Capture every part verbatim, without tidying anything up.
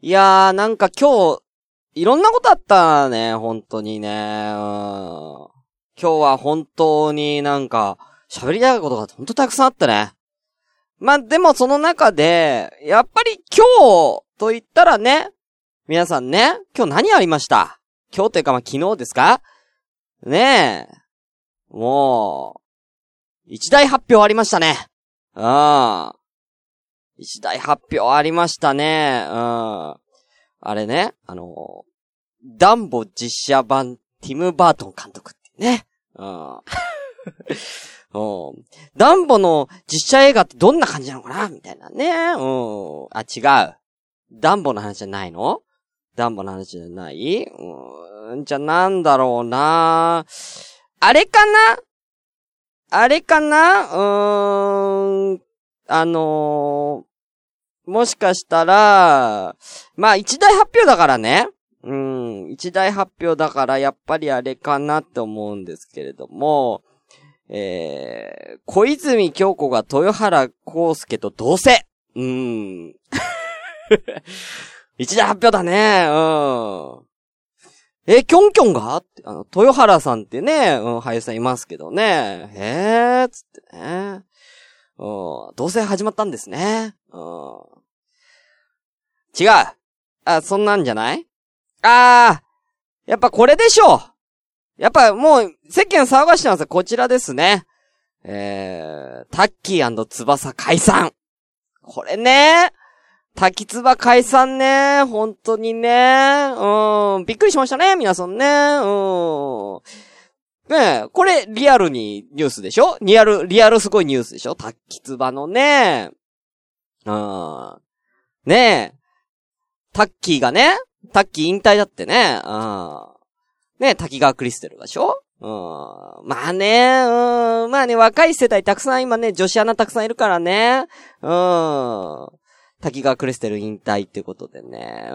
いやー、なんか今日、いろんなことあったね、本当にね。うん。今日は本当になんか、喋りたいことが本当たくさんあったね。まあ、でもその中で、やっぱり今日と言ったらね、皆さんね、今日何ありました？今日というかまあ昨日ですか？ねえ。もう、一大発表ありましたね。うん。一大発表ありましたね。うん。あれね、あの、ダンボ実写版ティム・バートン監督ってね。うん。うん。ダンボの実写映画ってどんな感じなのかなみたいなね。うん。あ、違う。ダンボの話じゃないの？ダンボの話じゃない？うん。じゃ、なんだろうな。あれかな？あれかな？うーん。あのー、もしかしたら、まあ一大発表だからね。うん。一大発表だからやっぱりあれかなって思うんですけれども、えー、小泉京子が豊原康介と同棲。うーん。一大発表だね。うん。え、キョンキョンがあの、豊原さんってね、うん、俳優さんいますけどね。へー、つってね。うん、同棲始まったんですね。うん。違う。あ、そんなんじゃない？あー、やっぱこれでしょう。やっぱもう、世間騒がしてますよ。こちらですね。えー、タッキー&翼解散。これね。滝翼解散ね。本当にね。うん。びっくりしましたね。皆さんね。うん。ねえ、これリアルにニュースでしょ？リアル、リアルすごいニュースでしょ？滝翼のね。うん。ねえ。タッキーがね。タッキー引退だってね。うん。ねえ、滝川クリステルでしょ？うん。まあね、うん。まあね、若い世代たくさん今ね、女子アナたくさんいるからね。うん。滝川クリステル引退ってことでね。うん。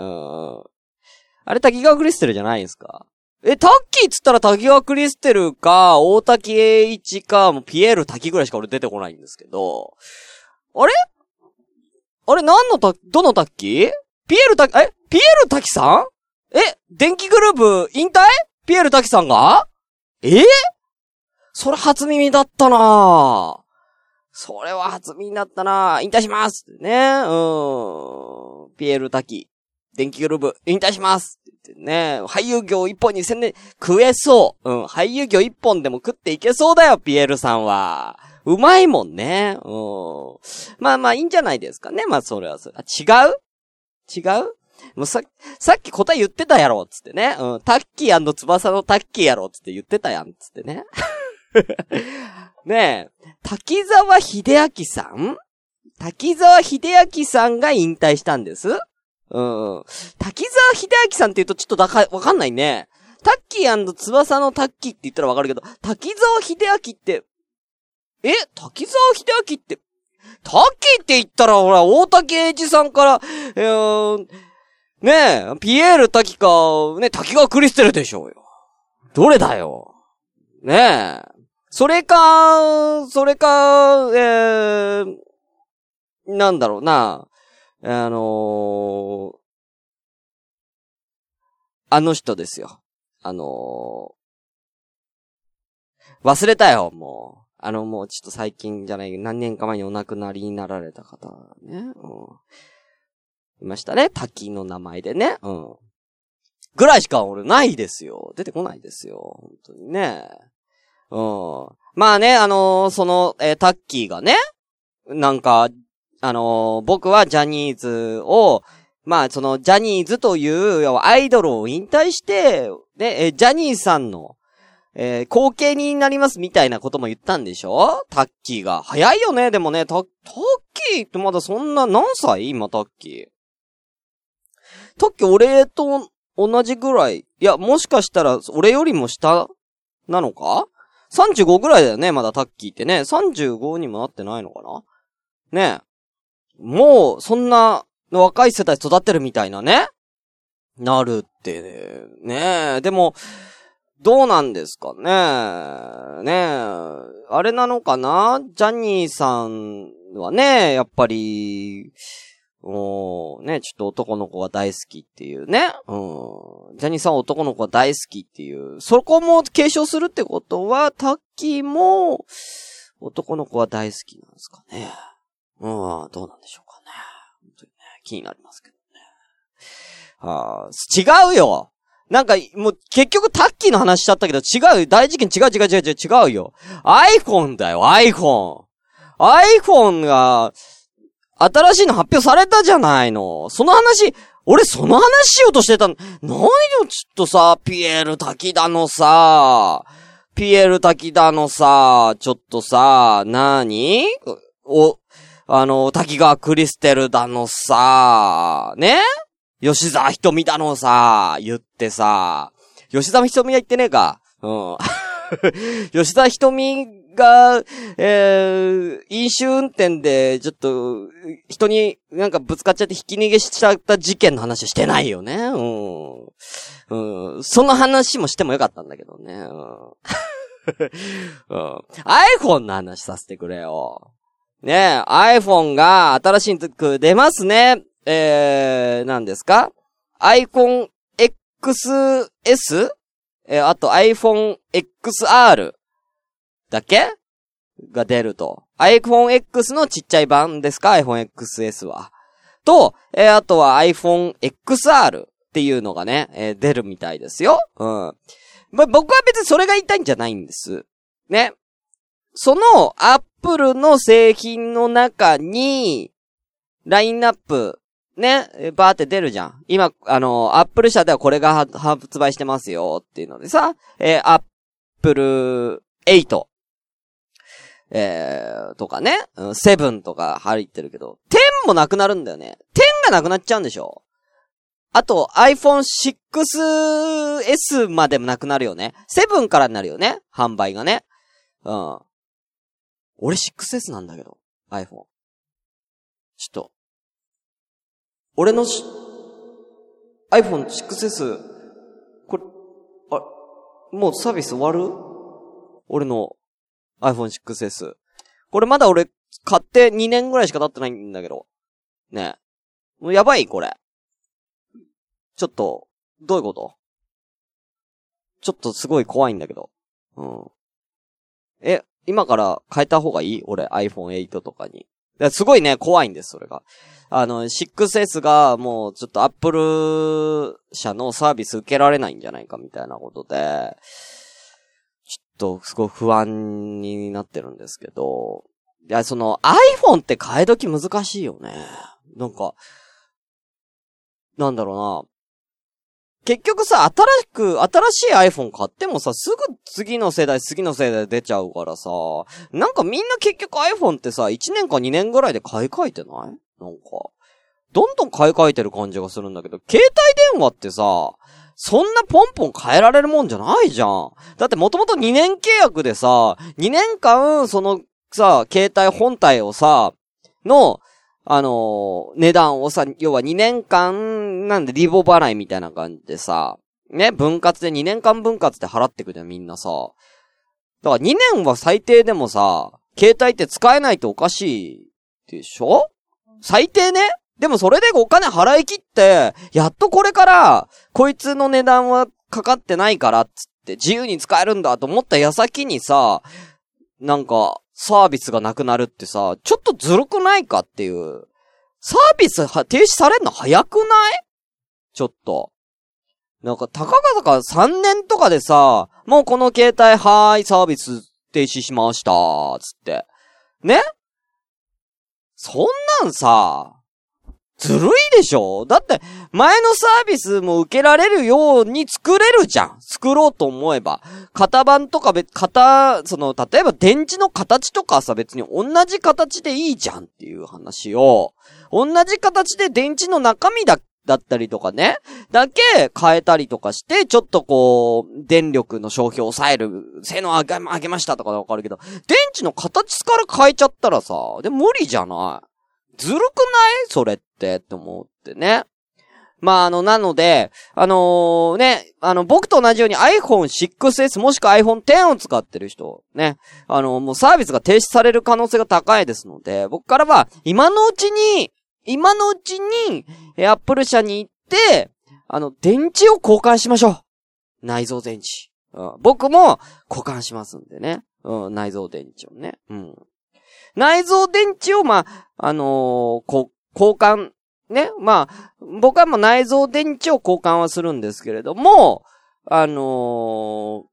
あれ滝川クリステルじゃないんですか？え、タッキーっつったら滝川クリステルか、大滝栄一か、もうピエール滝ぐらいしか俺出てこないんですけど。あれあれ何のタ、どのタッキー？ピエール滝、えピエール滝さん？え電気グループ引退？ピエール滝さんが？えー、それ初耳だったなぁ。それは初耳だったなぁ。引退しますってね。うん。ピエール滝。電気グループ引退しますって言ってね。俳優業一本に専念、食えそう。うん。俳優業一本でも食っていけそうだよ、ピエールさんは。うまいもんね。うん。まあまあいいんじゃないですかね。まあそれはそれ。あ、違う？違う？もうさ、さっき答え言ってたやろ、つってね。うん。タッキー&翼のタッキーやろ、つって言ってたやん、つってね。ねえ。滝沢秀明さん？滝沢秀明さんが引退したんです。うん。滝沢秀明さんって言うとちょっとだか、わかんないね。タッキー&翼のタッキーって言ったらわかるけど、滝沢秀明って、え？滝沢秀明って、タッキーって言ったらほら、大竹栄一さんから、えー、ねえ、ピエール滝か、ね、滝川クリステルでしょうよ。どれだよ。ねえ。それか、それか、えー、なんだろうな。あのー、あの人ですよ。あのー、忘れたよ、もう。あの、もうちょっと最近じゃない、何年か前にお亡くなりになられた方ね。うん。いましたね。滝の名前でね。うん。ぐらいしか俺ないですよ。出てこないですよ。本当にね。うん。まあね、あのー、その、えー、タッキーがね、なんか、あのー、僕はジャニーズを、まあその、ジャニーズという、アイドルを引退して、で、えー、ジャニーさんの、えー、後継になりますみたいなことも言ったんでしょ？タッキーが。早いよね、でもね、タッ、タッキーってまだそんな、何歳？今、タッキー。タッキー俺と同じぐらい。いや、もしかしたら、俺よりも下なのか？ さんじゅうご ぐらいだよね、まだタッキーってね。さんじゅうごにもなってないのかな？ねえ。もう、そんな、若い世代育ってるみたいなね。なるって、ね。ねえ。でも、どうなんですかね。ねえ。あれなのかな？ジャニーさんはね、やっぱり、 おー、ね、ちょっと男の子が大好きっていうね。うん。ジャニーさんは男の子が大好きっていう。そこも継承するってことは、タッキーも男の子は大好きなんですかね。うん、どうなんでしょうかね。本当にね、気になりますけどね。あー、違うよ。なんか、もう結局タッキーの話しちゃったけど違うよ。大事件違う違う違う違う違うよ。iPhone だよ、iPhone。iPhone が、新しいの発表されたじゃないの。その話、俺その話しようとしてたの。何よ、ちょっとさ、ピエール滝だのさ、ピエール滝だのさ、ちょっとさ、なにお、あの、滝川クリステルだのさ、ね吉沢ひとみだのさ、言ってさ、吉沢ひとみは言ってねえか。うん。吉沢ひとみが、えー、飲酒運転で、ちょっと、人になんかぶつかっちゃってひき逃げしちゃった事件の話してないよね。うん。うん。その話もしてもよかったんだけどね。うん。うん、iPhone の話させてくれよ。ねえ、iPhone が新しいの出ますね。えー、何ですか ?iPhone エックスエス? えー、あと iPhone エックスアール だけが出ると。iPhone X のちっちゃい版ですか ?iPhone エックスエス は。と、えー、あとは iPhone エックスアール っていうのがね、えー、出るみたいですよ。うん。ま、僕は別にそれが言いたいんじゃないんです。ね。その Apple の製品の中に、ラインナップ、ね、バーって出るじゃん。今、あの、Apple 社ではこれが発売してますよっていうのでさ、えー、Apple エイト、えー、とかね、セブンとか入ってるけど、テンもなくなるんだよね。テンがなくなっちゃうんでしょ。あと iPhone シックスエス までもなくなるよね。セブンからになるよね。販売がね。うん。俺 シックスエス なんだけど。iPhone。ちょっと。俺のし、iPhone シックスエス、これ、あ、もうサービス終わる？俺の iPhone シックスエス。これまだ俺買ってにねんぐらいしか経ってないんだけど。ねえ。もうやばいこれ。ちょっと、どういうこと？ちょっとすごい怖いんだけど。うん。え、今から変えた方がいい？俺 iPhone エイトとかに。すごいね、怖いんです、それが。あの、シックスエス がもうちょっと Apple 社のサービス受けられないんじゃないかみたいなことで、ちょっとすごい不安になってるんですけど、いや、その iPhone って変え時難しいよね。なんか、なんだろうな。結局さ、新しく、新しい iPhone 買ってもさ、すぐ次の世代、次の世代出ちゃうからさ、なんかみんな結局 iPhone ってさ、いちねんかにねんぐらいで買い替えてない？なんか、どんどん買い替えてる感じがするんだけど、携帯電話ってさ、そんなポンポン変えられるもんじゃないじゃん。だってもともとにねん契約でさ、にねんかん、そのさ、携帯本体をさ、の、あのー、値段をさ、要はにねんかんなんでリボ払いみたいな感じでさ、ね、分割でにねんかん分割で払ってくじゃん、みんなさ。だからにねんは最低でもさ、携帯って使えないとおかしいでしょ？最低ね？でもそれでお金払い切って、やっとこれから、こいつの値段はかかってないからっつって自由に使えるんだと思った矢先にさ、なんか、サービスがなくなるってさ、ちょっとずるくないかっていう。サービスは停止されんの早くない？ちょっと。なんか、たかがたかさんねんとかでさ、もうこの携帯はーい、サービス停止しました、つって。ね？そんなんさ、ずるいでしょ？だって、前のサービスも受けられるように作れるじゃん。作ろうと思えば。型番とか別、型、その、例えば電池の形とかさ、別に同じ形でいいじゃんっていう話を。同じ形で電池の中身だ、だったりとかね。だけ変えたりとかして、ちょっとこう、電力の消費を抑える、性能上げ、上げましたとかわかるけど、電池の形から変えちゃったらさ、で、無理じゃない？ずるくない？それって、って思ってね。まあ、あの、なので、あのー、ね、あの、僕と同じように iPhone シックスエス もしくは iPhone テンを使ってる人、ね、あの、もうサービスが停止される可能性が高いですので、僕からは、今のうちに、 今のうちに、えー、アップル社に行って、あの、電池を交換しましょう。内蔵電池。うん、僕も交換しますんでね。うん、内蔵電池をね。うん。内蔵電池を、まあ、あのー、こ、交換、ね。まあ、僕はもう内蔵電池を交換はするんですけれども、あのー、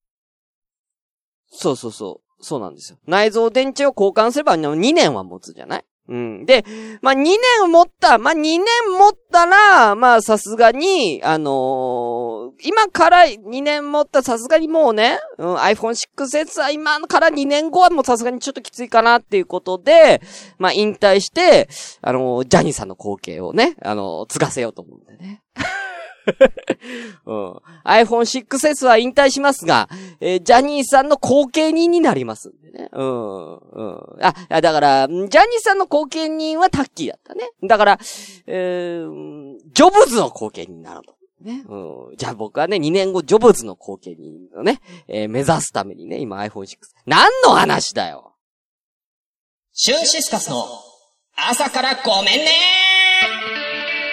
そうそうそう、そうなんですよ。内蔵電池を交換すればにねんは持つじゃない？うん。で、まあ、にねん持った、まあ、にねん持ったら、まあ、さすがに、あのー、今からにねん持ったさすがにもうね、うん、アイフォンシックスエス は今からにねんごはもうさすがにちょっときついかなっていうことで、まあ、引退して、あのー、ジャニーさんの後継をね、あのー、継がせようと思うんでね。うん、アイフォンシックスエス は引退しますが、えー、ジャニーさんの後継人になりますんでね。うん。うん。あ、だから、ジャニーさんの後継人はタッキーだったね。だから、えー、ジョブズの後継人になると。ね。うん。じゃあ僕はね、にねんごジョブズの後継人をね、えー、目指すためにね、今 アイフォンシックス。何の話だよ。 シュンシスカスの朝からごめんねー。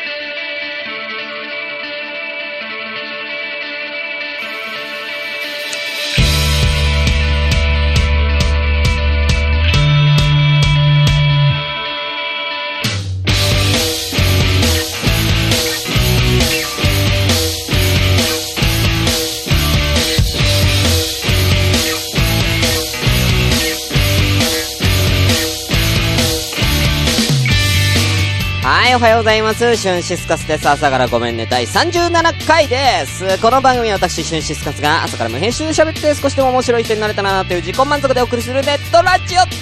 はい、おはようございます。シュンシスカスです。朝からごめんね。だいさんじゅうななかいです。この番組は私、シュンシスカスが朝から無編集で喋って少しでも面白い人になれたなという自己満足でお送りするネットラジオです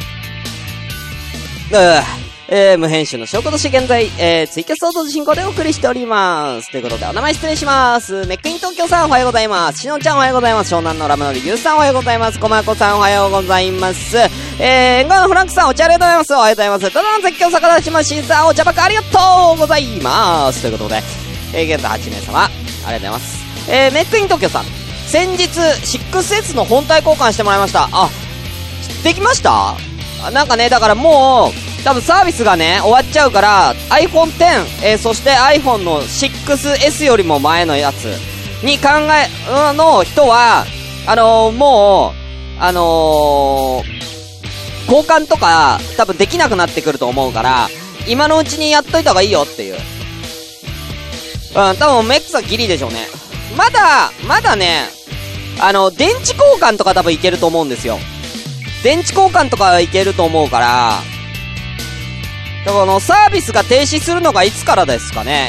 。うぅ、えー、無編集の証拠として現在、えー、ツイキャス同時進行でお送りしております。ということで、お名前失礼します。メックイン東京さんおはようございます。しのちゃんおはようございます。湘南のラムのりゆうさんおはようございます。こまこさんおはようございます。えー、沿岸のフランクさんお茶ありがとうございます。おはようございます。ただの絶叫逆立ちましさんお茶ばっかありがとうございます。ということで、えー、現在はちめいさま、ありがとうございます。えー、メックイン東京さん、先日、シックスエス の本体交換してもらいました。あ、できました？なんかね、だからもう、多分サービスがね、終わっちゃうから、アイフォンテン、えー、そして iPhone の シックスエス よりも前のやつに考え、うん、の人は、あのー、もう、あのー、交換とか多分できなくなってくると思うから、今のうちにやっといた方がいいよっていう。うん、多分メックスはギリでしょうね。まだ、まだね、あの、電池交換とか多分いけると思うんですよ。電池交換とかはいけると思うから、だからあの、サービスが停止するのがいつからですかね。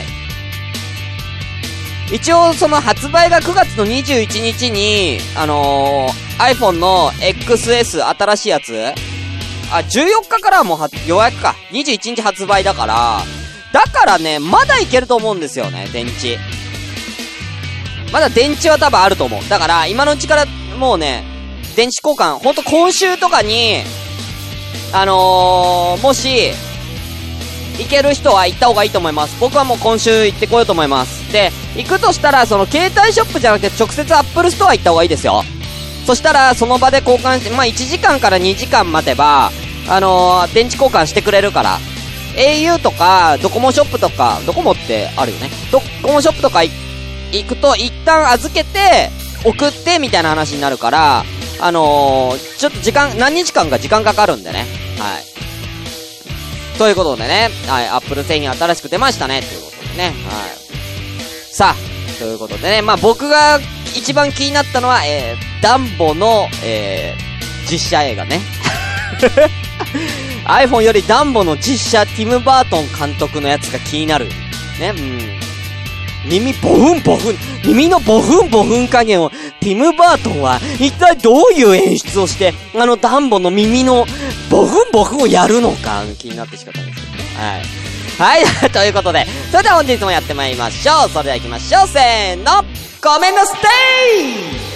一応その発売がくがつのにじゅういちにちに、あのー、iPhone の エックスエス 新しいやつ、あ、じゅうよっかからはもうは予約か。にじゅういちにち発売だから、だからね、まだいけると思うんですよね、電池。まだ電池は多分あると思う。だから、今のうちからもうね、電池交換、ほんと今週とかに、あのー、もし、行ける人は行った方がいいと思います。僕はもう今週行ってこようと思います。で、行くとしたら、その携帯ショップじゃなくて直接アップルストア行った方がいいですよ。そしたら、その場で交換して、まあ、いちじかんからにじかん待てば、あのー、電池交換してくれるから。エーユー とか、ドコモショップとか、ドコモってあるよね。ドコモショップとか行くと、一旦預けて、送って、みたいな話になるから、あのー、ちょっと時間、何日間か時間かかるんでね。はい。ということでね、はい、アップル製品新しく出ましたね、ということでね、はい。さあ、ということでね、まあ、僕が一番気になったのは、えー、ダンボの、えー、実写映画ね。iPhone よりダンボの実写、ティム・バートン監督のやつが気になる。ね、うん。耳ボフンボフン、耳のボフンボフン加減を、ティム・バートンは一体どういう演出をして、あのダンボの耳のボフンボフンをやるのか、気になって仕方ないですけどね。はい。はい、ということで、それでは本日もやってまいりましょう。それでは行きましょう。せーの、ごめんなステイ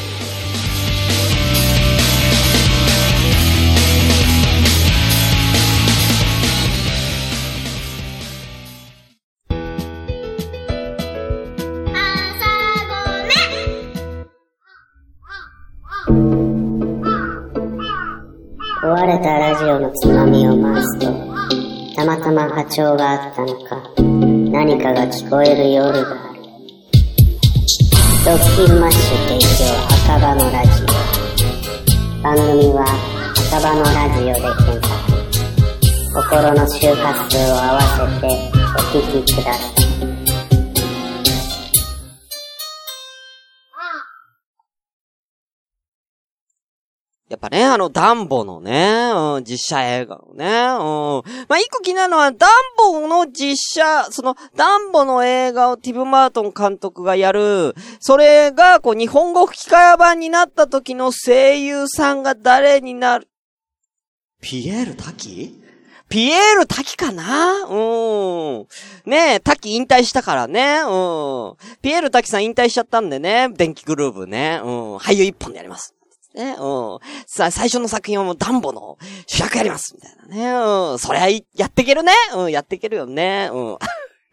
壊れたラジオのつまみを回すとたまたま波長があったのか、何かが聞こえる夜がある。ドッキンマッシュ提供赤羽のラジオ。番組は赤羽のラジオで検索。心の周波数を合わせてお聞きください。 やっぱね、あの、ダンボのね、うん、実写映画のね、うん。まあ、一個気になるのは、ダンボの実写、その、ダンボの映画をティム・バートン監督がやる、それが、こう、日本語吹き替え版になった時の声優さんが誰になる？ピエール滝？ピエール滝かな？うん。ねえ、滝引退したからね。うん。ピエール滝さん引退しちゃったんでね、電気グルーヴね。うん。俳優一本でやります。ね、うん。さあ、最初の作品はもうダンボの主役やります。みたいなね。うん。そりゃ、やっていけるね。うん、やっていけるよね。うん。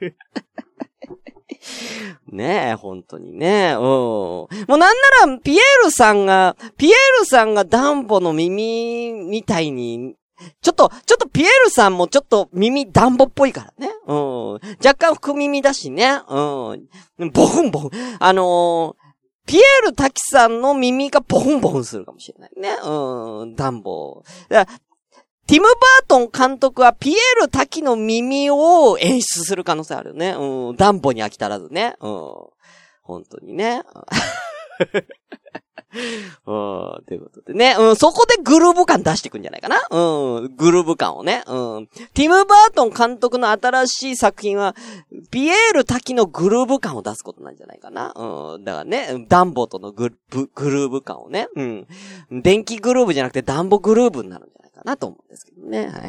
ねえ、本当にね。うん。もうなんなら、ピエールさんが、ピエールさんがダンボの耳みたいに、ちょっと、ちょっとピエールさんもちょっと耳ダンボっぽいからね。うん。若干福耳だしね。うん。ボフンボフン。あのー、ピエール滝さんの耳がボフンボフンするかもしれないね。うん、ダンボ。だからティム・バートン監督はピエール滝の耳を演出する可能性あるね。うん、ダンボに飽き足らずね。うん、本当にね。うん、ということでね、うん、そこでグルーヴ感出していくんじゃないかな。うん、グルーヴ感をね。うん。ティム・バートン監督の新しい作品は、ピエール滝のグルーヴ感を出すことなんじゃないかな。うん。だからね、ダンボとのグルグルーヴ感をね。うん。電気グルーヴじゃなくてダンボグルーヴになるんじゃないかなと思うんですけどね。はい。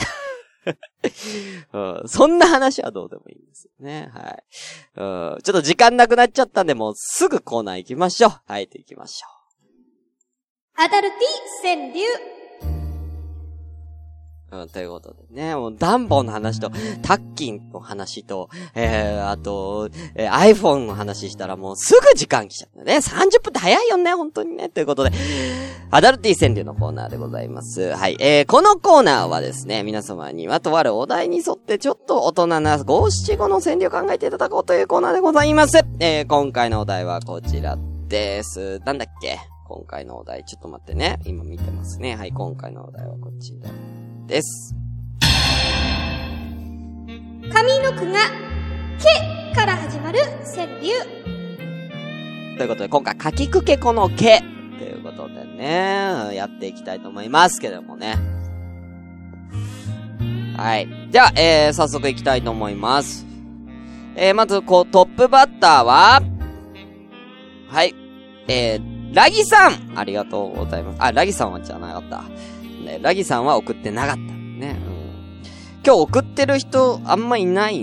うん、そんな話はどうでもいいんですよね。はい、うん。ちょっと時間なくなっちゃったんで、もうすぐコーナー行きましょう。はい、行きましょう。アダルティ川柳。 うん、ということでね、もうダンボの話と、タッキンの話と、えー、あと、えー、iPhone の話したらもうすぐ時間来ちゃったね。さんじゅっぷんって早いよね、本当にね。ということで、アダルティ川柳のコーナーでございます。はい、えー、このコーナーはですね、皆様にはとあるお題に沿ってちょっと大人な五七五の川柳を考えていただこうというコーナーでございます。えー、今回のお題はこちらです。なんだっけ？今回のお題、ちょっと待ってね。今見てますね。はい、今回のお題はこちらです。 上の句がけから始まる川柳。 ということで、今回、かきくけこのけということでね、やっていきたいと思いますけどもね。はい。じゃあ、えー、早速いきたいと思います。えー、まず、こう、トップバッターは、はい。えー、ラギさんありがとうございます。あ、ラギさんはじゃなかった。ね、ラギさんは送ってなかった。ね。うん、今日送ってる人、あんまいない。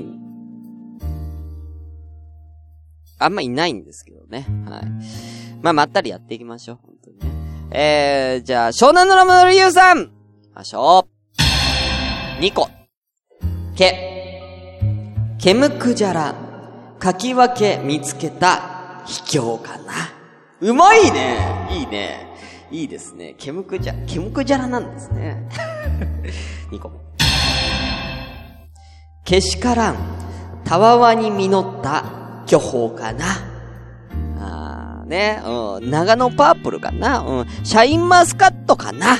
あんまいないんですけどね。はい。まあ、まったりやっていきましょう。本当にね。えー、じゃあ、湘南のラムの理由さん行きましょう。にこ。け。けむくじゃら。かき分け見つけた秘境かな。うまいね。いいね。いいですね。けむくじゃ、けむくじゃらなんですね。にこめ。けしからん。たわわに実った巨峰かな。あーね。うん。長野パープルかな。うん。シャインマスカットかな。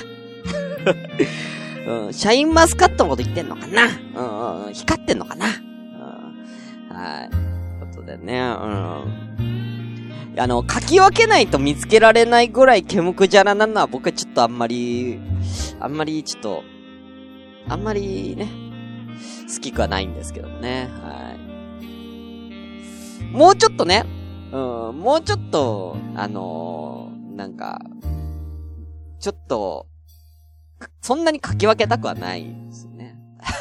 うん。シャインマスカットのこと言ってんのかな。うんうん。光ってんのかな。うん。はい。ということでね。うん。あの、書き分けないと見つけられないぐらいケムクジャラなのは僕はちょっとあんまり、あんまりちょっと、あんまりね、好きくはないんですけどもね。はい。もうちょっとね、うん、もうちょっと、あのー、なんか、ちょっと、そんなに書き分けたくはないんですね。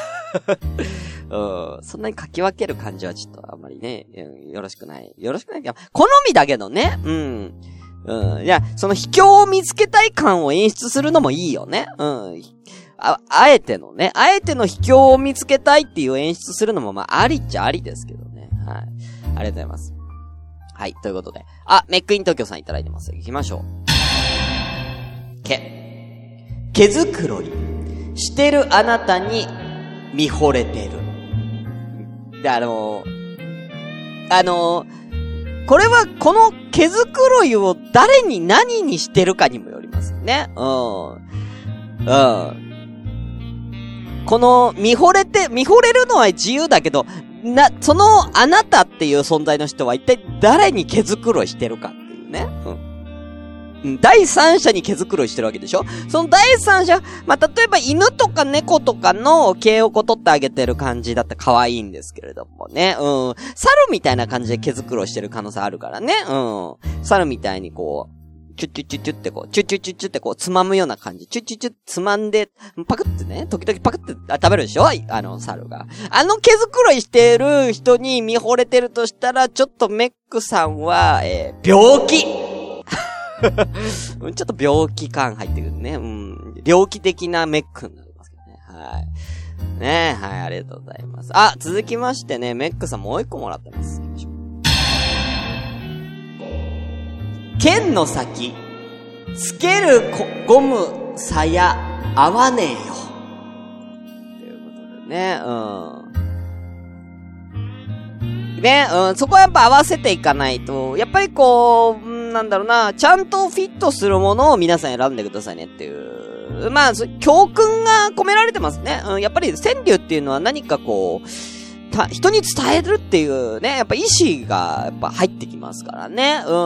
うん、そんなに書き分ける感じはちょっとあんまりね、よろしくない。よろしくないけど、好みだけどね。うん。うん。いや、その秘境を見つけたい感を演出するのもいいよね。うん。あ、あえてのね、あえての秘境を見つけたいっていう演出するのもまあありっちゃありですけどね。はい。ありがとうございます。はい、ということで。あ、メックイン東京さんいただいてます。行きましょう。け。毛づくろい。してるあなたに見惚れてる。で、あの、あの、これはこの毛づくろいを誰に何にしてるかにもよりますね。うん。うん。この見惚れて、見惚れるのは自由だけど、な、そのあなたっていう存在の人は一体誰に毛づくろいしてるかっていうね。うん。第三者に毛づくろいしてるわけでしょ。その第三者、まあ、例えば犬とか猫とかの毛をこう取ってあげてる感じだったら可愛いんですけれどもね。うん。猿みたいな感じで毛づくろいしてる可能性あるからね。うん。猿みたいにこう、チュッチュッチュッチュってこう、チュッチュッチュッチュってこう、つまむような感じ。チュッチュッチュッつまんで、パクってね、時々パクってあ食べるでしょ、あの、猿が。あの毛づくろいしてる人に見惚れてるとしたら、ちょっとメックさんは、えー、病気ちょっと病気感入ってくるね。うん。猟奇的なメックになりますけどね。はい。ねえ、はい、ありがとうございます。あ、続きましてね、メックさんもう一個もらってます。剣の先、つけるゴム、鞘、合わねえよ。ということでね、うん。ね、うん、そこはやっぱ合わせていかないと、やっぱりこう、なんだろうな、ちゃんとフィットするものを皆さん選んでくださいねっていう。まあ、教訓が込められてますね。うん、やっぱり川柳っていうのは何かこう、た、人に伝えるっていうね、やっぱ意志がやっぱ入ってきますからね。うん。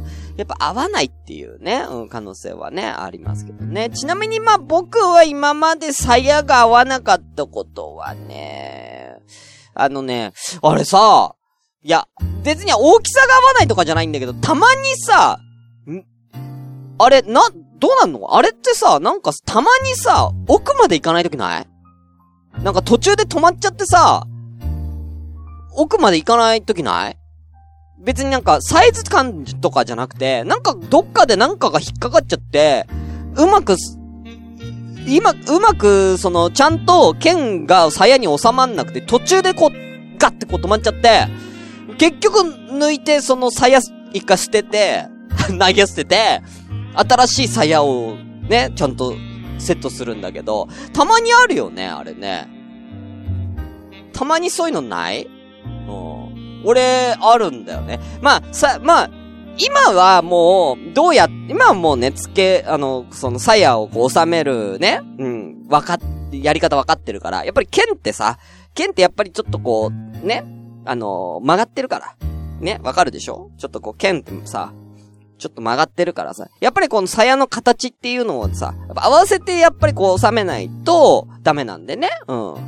やっぱ合わないっていうね、うん、可能性はね、ありますけどね。ちなみにまあ僕は今まで鞘が合わなかったことはね、あのね、あれさ、いや、別に大きさが合わないとかじゃないんだけど、たまにさ、んあれ、な、どうなんの？あれってさ、なんかたまにさ、奥まで行かないときない？なんか途中で止まっちゃってさ、奥まで行かないときない？別になんかサイズ感とかじゃなくて、なんかどっかでなんかが引っかかっちゃって、うまく、今、うまく、その、ちゃんと剣が鞘に収まんなくて、途中でこう、ガッてこう止まっちゃって、結局抜いてその鞘一回捨てて、投げ捨てて、新しい鞘をね、ちゃんとセットするんだけど、たまにあるよね、あれね。たまにそういうのない？うん。俺、あるんだよね。まあ、さ、まあ、今はもう、どうや、今はもうね、つけ、あの、その、鞘をこう収めるね、うん、わかっ、やり方わかってるから、やっぱり剣ってさ、剣ってやっぱりちょっとこう、ね、あの、曲がってるから。ね、わかるでしょ？ちょっとこう、剣ってさ、ちょっと曲がってるからさ、やっぱりこの鞘の形っていうのをさ、やっぱ合わせてやっぱりこう収めないとダメなんでね、うん。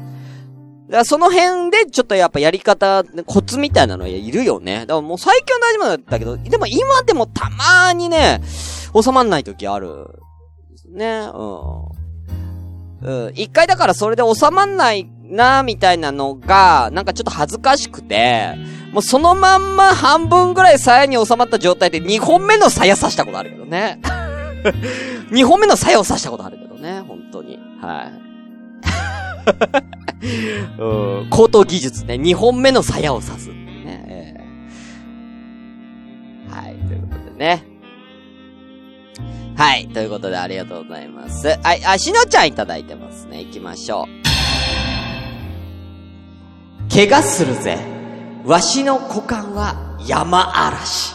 だからその辺でちょっとやっぱやり方、コツみたいなのいるよね。だからもう最近は大丈夫なんだけど、でも今でもたまーにね、収まんない時ある。ね、うん。うん。一回だからそれで収まんないなーみたいなのが、なんかちょっと恥ずかしくて、もうそのまんま半分ぐらい鞘に収まった状態でにほんめの鞘刺したことあるけどね。にほんめの鞘を刺したことあるけどね、本当に。はい。うん、高等技術ね。にほんめの鞘を刺す。ねえー、はい、ということでね。はい、ということでありがとうございます。はい、あ、しのちゃんいただいてますね。行きましょう。怪我するぜ。わしの股間は山嵐。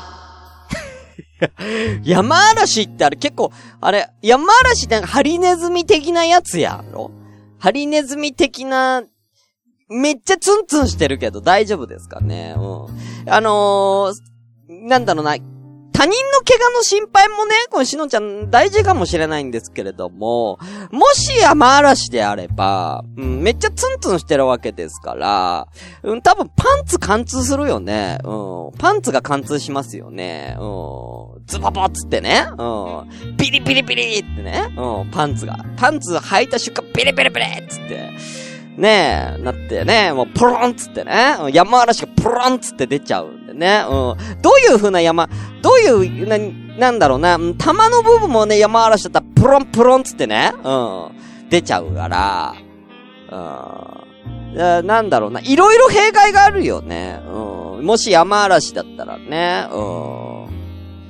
山嵐ってあれ結構、あれ、山嵐ってなんかハリネズミ的なやつやろ？ハリネズミ的な、めっちゃツンツンしてるけど大丈夫ですかね。うん。あのー、なんだろうな、他人の怪我の心配もね、このしのちゃん大事かもしれないんですけれども、もし山嵐であれば、うん、めっちゃツンツンしてるわけですから、うん、多分パンツ貫通するよね。うん、パンツが貫通しますよね。うん、ズババッつってね。うん、ピリピリピリってね。うん、パンツが。パンツ履いた瞬間ピリピリピリっつって。ねえ、なってね、もうプロンつってね、山嵐がプロンつって出ちゃうんでね、うん。どういう風な山、どういう、な、なんだろうな、玉の部分もね、山嵐だったらプロンプロンつってね、うん。出ちゃうから、うん。なんだろうな、いろいろ弊害があるよね、うん。もし山嵐だったらね、うん。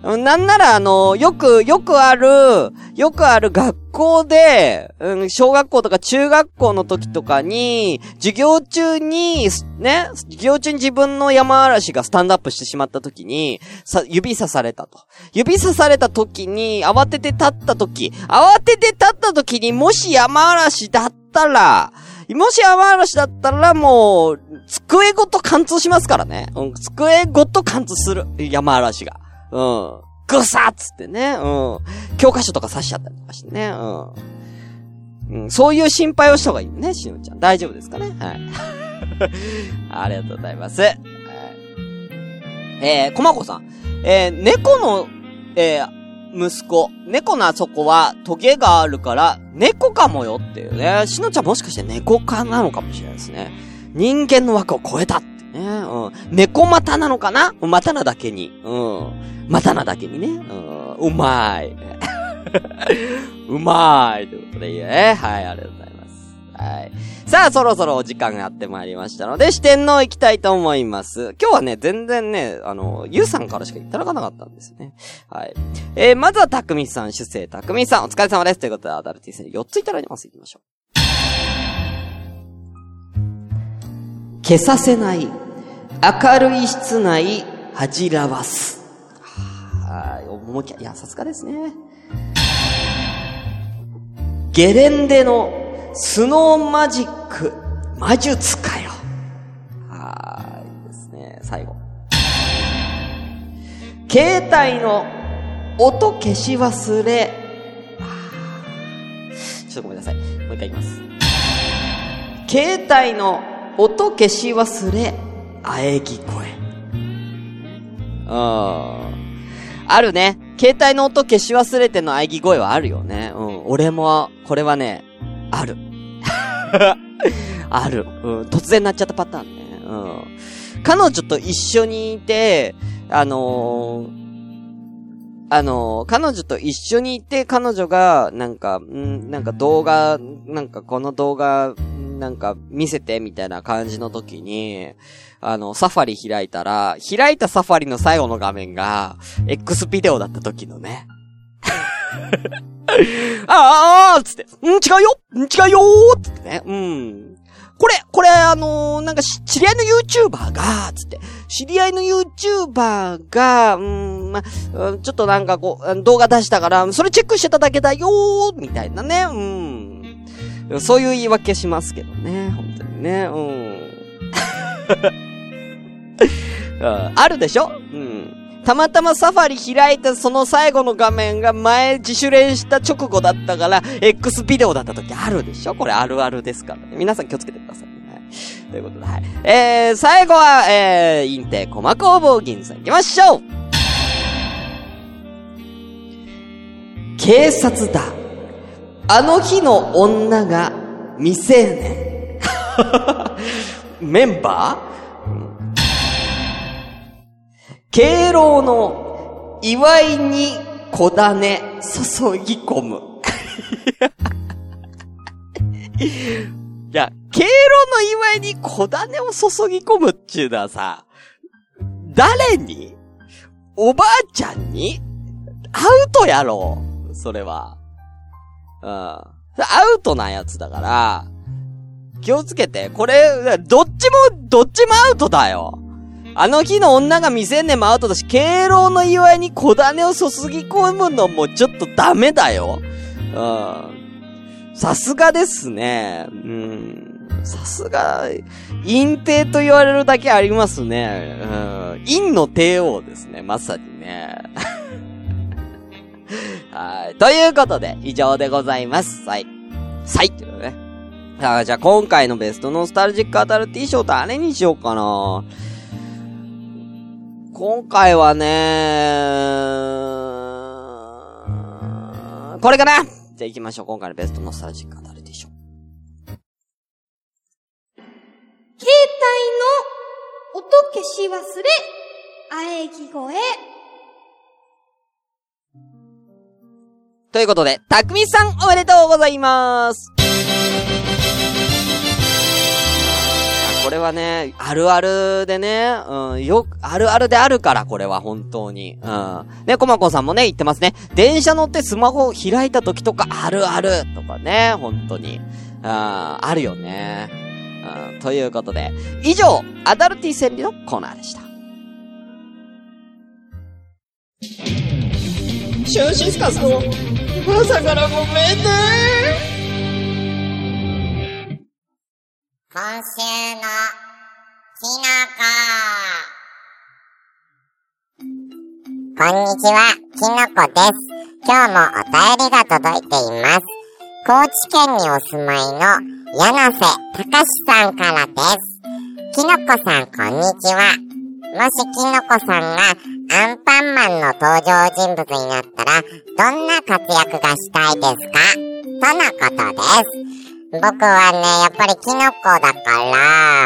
なんならあの、よく、よくある、よくある学校で、うん、小学校とか中学校の時とかに、授業中に、ね、授業中に自分の山嵐がスタンドアップしてしまった時に、さ、指さされたと。指さされた時に、慌てて立った時、慌てて立った時にもし山嵐だったら、もし山嵐だったらもう、机ごと貫通しますからね。うん、机ごと貫通する。山嵐が。うん。ぐさっつってね。うん。教科書とか刺しちゃったりとかしてね。うん。うん。そういう心配をした方がいいね、しのちゃん。大丈夫ですかね。はい。ありがとうございます。はい。えー、こまこさん。えー、猫の、えー、息子。猫のあそこはトゲがあるから、猫かもよっていうね。しのちゃんもしかして猫科なのかもしれないですね。人間の枠を超えたってね。うん。猫股なのかな？股なだけに。うん。股なだけにね。うん。うまい。うまい。ということでいいね。はい、ありがとうございます。はい。さあ、そろそろお時間がやってまいりましたので、四天王行きたいと思います。今日はね、全然ね、あの、ゆうさんからしかいただかなかったんですよね。はい。えー、まずはたくみさん、主生たくみさん、お疲れ様です。ということで、アダルティー戦よっついただきます。行きましょう。消させない、明るい室内、恥じらわす。はい、思いきや、いや、さすがですね。ゲレンデのスノーマジック魔術かよ。はい、いいですね。最後。携帯の音消し忘れ。ちょっとごめんなさい。もう一回いきます。携帯の音消し忘れ、喘ぎ声。あー。あるね。携帯の音消し忘れての喘ぎ声はあるよね。うん。俺も、これはね、ある。ある。うん。突然なっちゃったパターンね。うん。彼女と一緒にいて、あのー、あのー、彼女と一緒にいて、彼女が、なんか、んなんか動画、なんかこの動画、なんか見せてみたいな感じの時に、あの、サファリ開いたら、開いたサファリの最後の画面が、X ビデオだった時のね。あーあーつって、ん違うよん違うよーつってね。うん。これ、これあのー、なんか知り合いの YouTuber が、つって、知り合いの YouTuber が、うーん、ま、ちょっとなんかこう、動画出したから、それチェックしてただけだよーみたいなね。うん。そういう言い訳しますけどね。本当にね。うん。あるでしょ？うん。たまたまサファリ開いたその最後の画面が前自主練した直後だったから、X ビデオだった時あるでしょ？これあるあるですからね。皆さん気をつけてくださいね。はい。ということで、はい。えー、最後は、えー、インテコマ工房銀さん行きましょう！警察だ。あの日の女が未成年。メンバー？敬老の祝いに小種注ぎ込む。いや、敬老の祝いに小種を注ぎ込むっちゅうのはさ、誰に？おばあちゃんに？アウトやろ。それは。うん。アウトなやつだから、気をつけて。これ、どっちも、どっちもアウトだよ。あの日の女が未成年もアウトだし、敬老の祝いに小種を注ぎ込むのもちょっとダメだよ。うん。さすがですね。うん。さすが、陰帝と言われるだけありますね。うん。陰の帝王ですね。まさにね。はい。ということで、以上でございます。はい。はい。ということでね。さあ、じゃあ今回のベストノスタルジックアダルティー賞誰にしようかな。今回はねー、これかな。じゃあ行きましょう。今回のベストノスタルジックアダルティー賞。 携帯の音消し忘れ、喘ぎ声。 ということで、たくみさんおめでとうございます。ここれはね、あるあるでね、うん、よく、あるあるであるから、これは本当に。うん。ね、コマコさんもね、言ってますね。電車乗ってスマホ開いた時とか、あるあるとかね、本当に。あ, あるよね、うん。ということで、以上、アダルティ戦理のコーナーでした。 シュンシスカスの朝からごめんね。 今週のきのこ。こんにちは、きのこです。今日もお便りが届いています。高知県にお住まいの柳瀬隆さんからです。きのこさん、こんにちは。もしきのこさんがアンパンマンの登場人物になったら、どんな活躍がしたいですか？とのことです。僕はね、やっぱりキノコだから、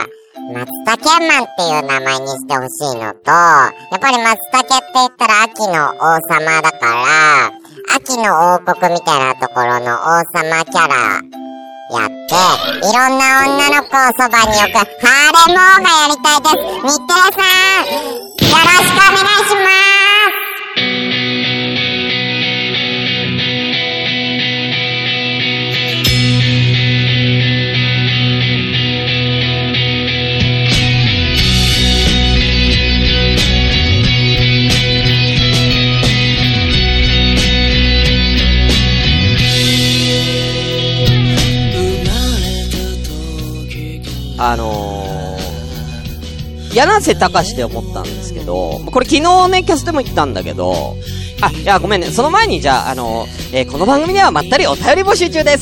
松茸マンっていう名前にしてほしいのと、やっぱり松茸って言ったら秋の王様だから、秋の王国みたいなところの王様キャラやって、いろんな女の子をそばに置くハーレム王がやりたいです。日テレさん、よろしくお願いします。 あのー、柳瀬隆で思ったんですけど、これ昨日ね、キャスでも言ったんだけど、あ、いや、ごめんね、その前にじゃあ、あのー、えー、この番組ではまったりお便り募集中です。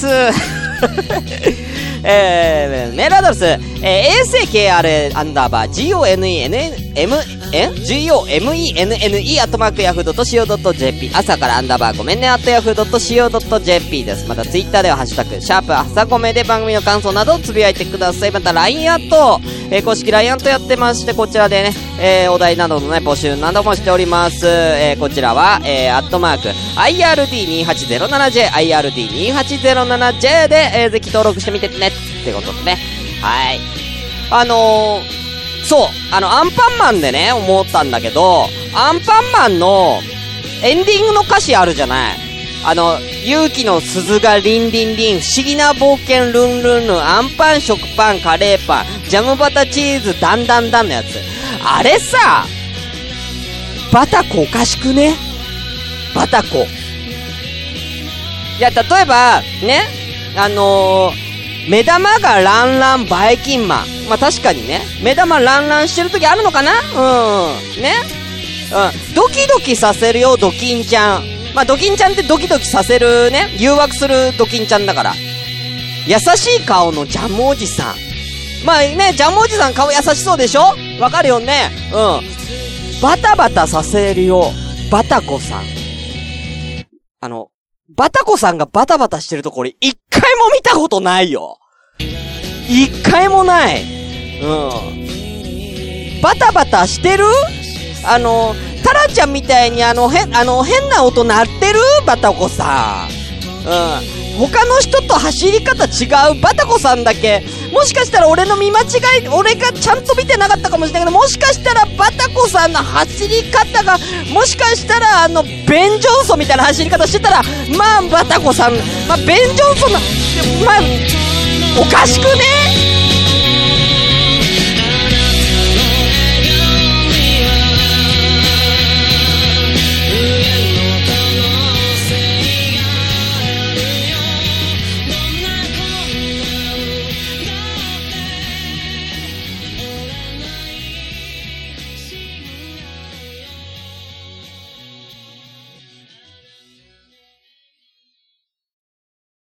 えー、メールアドレス、えー、エーエスエーケーアールエー アンダーバー ジーオーエヌイーエヌエム、え ジーオーエムイーエヌエヌイー アットマークヤフードットシーオードットジェーピー 朝からアンダーバーごめんねアットヤフードットシーオードットジェーピー です。またツイッターではハッシュタグシャープ朝ごめで番組の感想などをつぶやいてください。また ライン アット、えー、公式 ライン アットやってまして、こちらでね、えー、お題などのね募集などもしております。えー、こちらは、えー、アットマーク アイアールディーにーはちゼロななジェー アイアールディーにーはちゼロななジェー で、えー、ぜひ登録してみてねってことでね。はい。あのー、そう、あの、アンパンマンでね、思ったんだけど、アンパンマンのエンディングの歌詞あるじゃない。あの、勇気の鈴がリンリンリン、不思議な冒険ルンルンルン、アンパン食パンカレーパン、ジャムバタチーズダンダンダンのやつ。あれさ、バタコおかしくね？バタコ。いや、例えば、ね、あのー、目玉がランランバイキンマン。まあ、確かにね、目玉ランランしてる時あるのかな？うん。ね。うん。ドキドキさせるよ、ドキンちゃん。まあ、ドキンちゃんってドキドキさせるね、誘惑するドキンちゃんだから。優しい顔のジャムおじさん。まあね、ジャムおじさん顔優しそうでしょ？わかるよね？うん。バタバタさせるよ、バタコさん。あの、バタコさんがバタバタしてるところ一回も見たことないよ。一回もない。うん。バタバタしてる？あの、タラちゃんみたいにあの、へ、あの、変な音鳴ってる？バタコさん。うん。他の人と走り方違うバタコさんだけ、もしかしたら俺の見間違い、俺がちゃんと見てなかったかもしれないけど、もしかしたらバタコさんの走り方が、もしかしたらあの、ベン・ジョンソンみたいな走り方してたら、まあ、バタコさん、まあ、ベン・ジョンソンの、まあ、おかしくね？